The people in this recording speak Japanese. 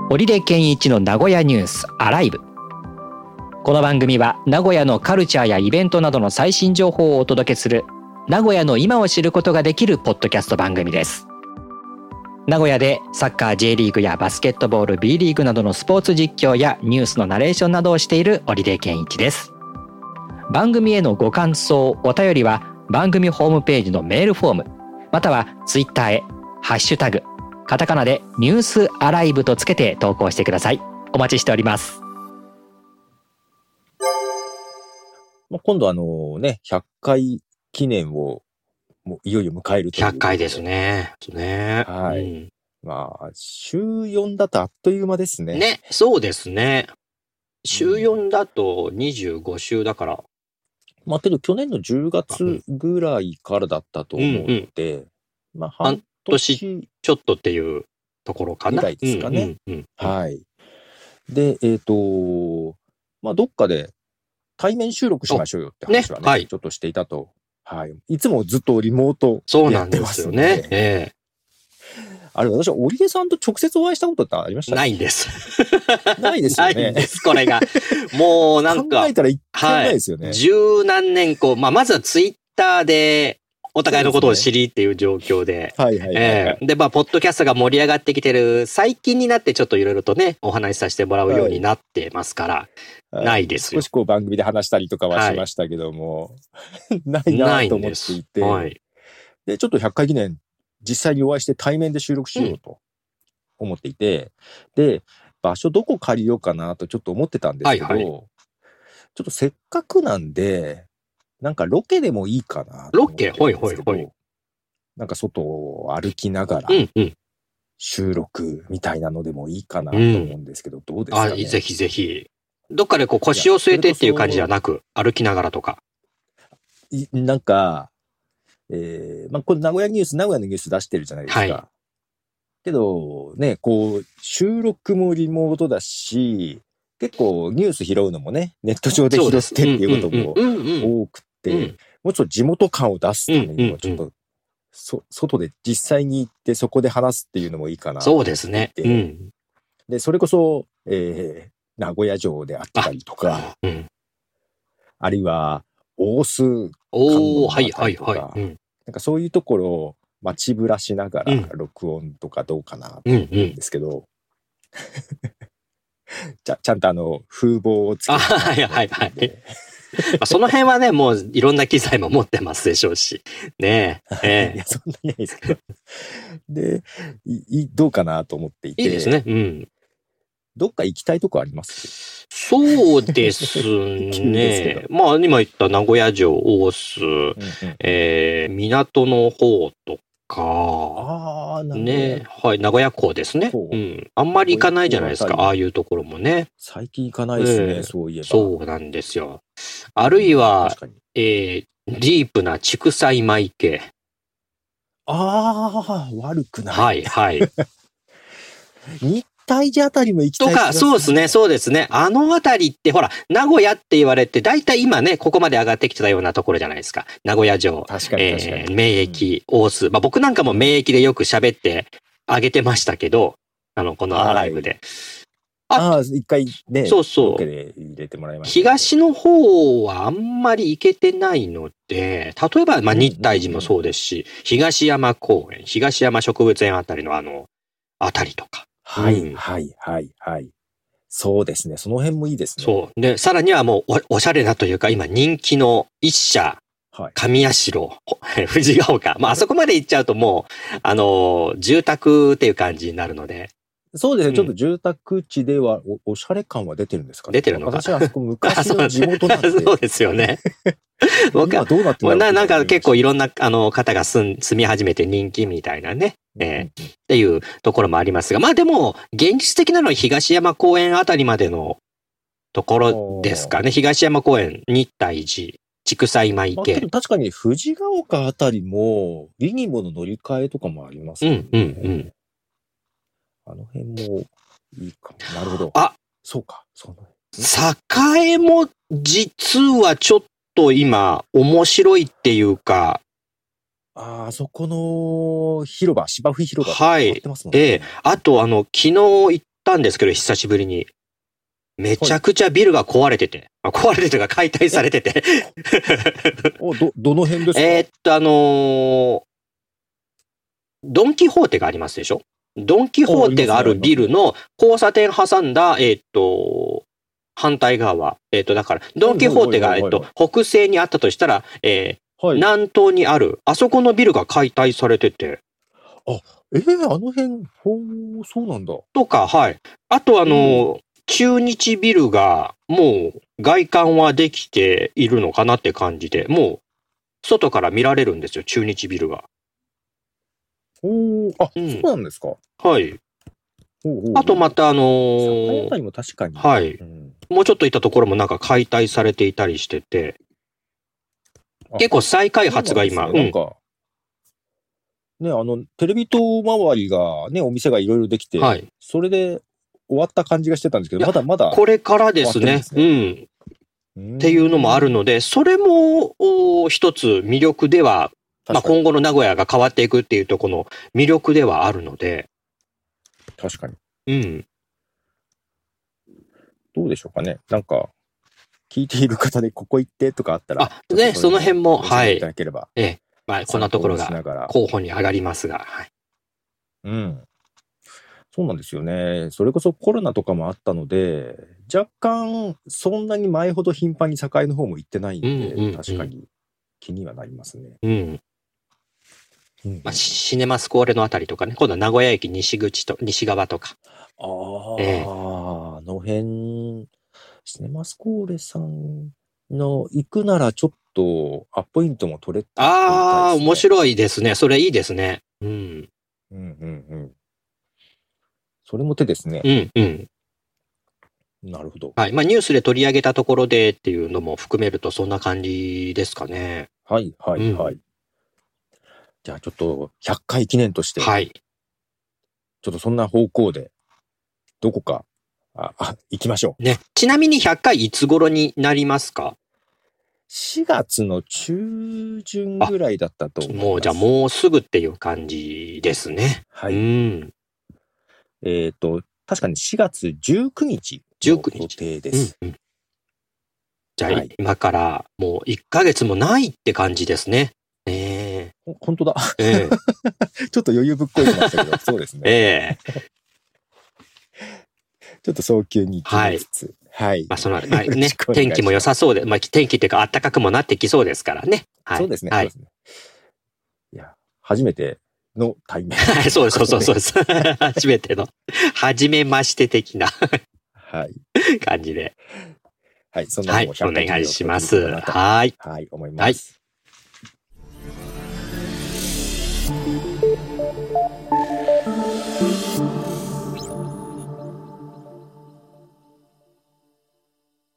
織出健一の名古屋ニュースアライブ。この番組は名古屋のカルチャーやイベントなどの最新情報をお届けする名古屋の今を知ることができるポッドキャスト番組です。名古屋でサッカー J リーグやバスケットボール B リーグなどのスポーツ実況やニュースのナレーションなどをしている織出健一です。番組へのご感想お便りは番組ホームページのメールフォームまたはツイッターへハッシュタグカタカナでニュースアライブとつけて投稿してください。お待ちしております。 今度100回記念をもういよいよ迎えるという。 100回ですね。 はい。週4だとあっという間ですね。 ね、そうですね。週4だと25週だから。 けど去年の10月ぐらいからだったと思うので、半年ちょっとっていうところかな。 ぐらいですかね。はい。で、どっかで対面収録しましょうよって話はね、ちょっとしていたと。はい。いつもずっとリモートでやってますよね。 そうなんですよね。 あれ、私は織出さんと直接お会いしたことってありました？ ないんです。 ないですよね。 ないんです、これが。もうなんか。 考えたら一回ないですよね。 十何年まずはツイッターでお互いのことを知りっていう状況で。で、ポッドキャストが盛り上がってきてる最近になってちょっっといろいろとね、お話しさせてもらうようになってますから、ないですよ。 少し番組で話したりとかはしましたけども、ないなと思っていて、で、ちょっと100回記念、実際にお会いして対面で収録しようと思っていて、で、場所どこ借りようかなとちょっと思ってたんですけど、ちょっとせっかくなんで、なんかロケでもいいかなと思ってるんですけど、なんか外を歩きながら収録みたいなのでもいいかなと思うんですけど、どうですかね。 ぜひぜひ。どっかで腰を据えてっていう感じじゃなく、歩きながらとか。 なんか、これ名古屋のニュース出してるじゃないですか。けど、ね、収録もリモートだし、結構ニュース拾うのもね、ネット上で拾ってっていうことも多くて、もうちょっと地元感を出すためにも、ちょっと、外で実際に行ってそこで話すっていうのもいいかなと思っていて。そうですね。で、それこそ、名古屋城であったりとか、あるいは、大須観音だったりとか、なんかそういうところを街ぶらしながら録音とかどうかなと思うんですけど、ちゃんと風貌をつけて。 その辺はね、もういろんな機材も持ってますでしょうし。ねえ。いや、そんなにないですけど。で、どうかなと思っていて。 いいですね。 どっか行きたいとこあります？ そうですね。今言った名古屋城、大須、港の方とか、ね、名古屋港ですね。あんまり行かないじゃないですか、ああいうところもね。 最近行かないですね、そういえば。 そうなんですよ。あるいは、ディープな畜産米系。 悪くない。 日大寺あたりも行きたいとか、そうですね。あのあたりって、ほら、名古屋って言われて、だいたい今ね、ここまで上がってきてたようなところじゃないですか。名古屋城、名駅、大須。僕なんかも名駅でよく喋ってあげてましたけど、このアライブで。 一回ね、ロケで入れてもらいました。 東の方はあんまり行けてないので、例えば、日体寺もそうですし、東山公園、東山植物園あたりのあたりとか。 そうですね。その辺もいいですね。 そう。で、さらにはもうおしゃれなというか、今人気の一社、上社、藤ヶ丘。あそこまで行っちゃうともう、住宅っていう感じになるので。 そうですね。ちょっと住宅地ではおしゃれ感は出てるんですかね。 出てるのか。 私はあそこ昔の地元なんで。 そうですよね。 今どうなってるなんか結構いろんな方が住み始めて人気みたいなね。っていうところもありますが。でも、現実的なのは東山公園あたりまでのところですかね。東山公園、日体寺、畜産米系。 確かに藤ヶ丘あたりも、リニモの乗り換えとかもありますね。あの辺もいいかも。なるほど。そうか。 栄も実はちょっと今面白いっていうか。 あそこの広場、芝生広場。 あと昨日行ったたんですけど、久しぶりに。めちゃくちゃビルが壊れてて。壊れててというか解体されてて。 どの辺ですか？ ドンキホーテがありますでしょ？ドンキホーテがあるビルの交差点挟んだ、反対側。だから、ドンキホーテが、北西にあったとしたら、南東にある、あそこのビルが解体されてて。 あの辺、そうなんだ。 とか、はい。あと中日ビルが、もう、外観はできているのかなって感じで、もう、外から見られるんですよ、中日ビルが。 そうなんですか。 はい。あとまた境あたりも確かに。 はい。もうちょっと行ったところもなんか解体されていたりしてて、結構再開発が今、 なんか、ね、テレビ塔周りがね、お店がいろいろできて、 はい。 それで終わった感じがしてたんですけど、まだ。 これからですね。っていうのもあるので、それも一つ魅力では、今後の名古屋が変わっていくっていうところの魅力ではあるので。 確かに。どうでしょうかね。なんか、聞いている方でここ行ってとかあったら。 ね、その辺も、はい。 いただければ。 こんなところが候補に上がりますが。はい。 そうなんですよね。それこそコロナとかもあったので、若干、そんなに前ほど頻繁に堺の方も行ってないんで、確かに気にはなりますね。 シネマスコーレのあたりとかね、今度は名古屋駅西側とか。 あの辺、シネマスコーレさんの行くならちょっとアポイントも取れた、ね。 面白いですね。それいいですね。 それも手ですね。なるほど。 はい。ニュースで取り上げたところでっていうのも含めるとそんな感じですかね。 はい。じゃあちょっと100回記念として。 はい。 ちょっとそんな方向で、どこか、行きましょう。 ね。ちなみに100回いつ頃になりますか ？4月の中旬ぐらいだったと思います。 じゃあもうすぐっていう感じですね。 はい。確かに4月19日の予定です。 じゃあ、今からもう1ヶ月もないって感じですね。 本当だ。ちょっと余裕ぶっこいてましたけど、そうですね。ちょっと早急に決めつつ。はい。 そのね、天気も良さそうで、天気っていうか暖かくもなってきそうですからね。 そうですね。はい。いや、初めての対面。 そうです。初めての、初めまして的な感じで。 はい。そんなのをお願いします。はい。 思います。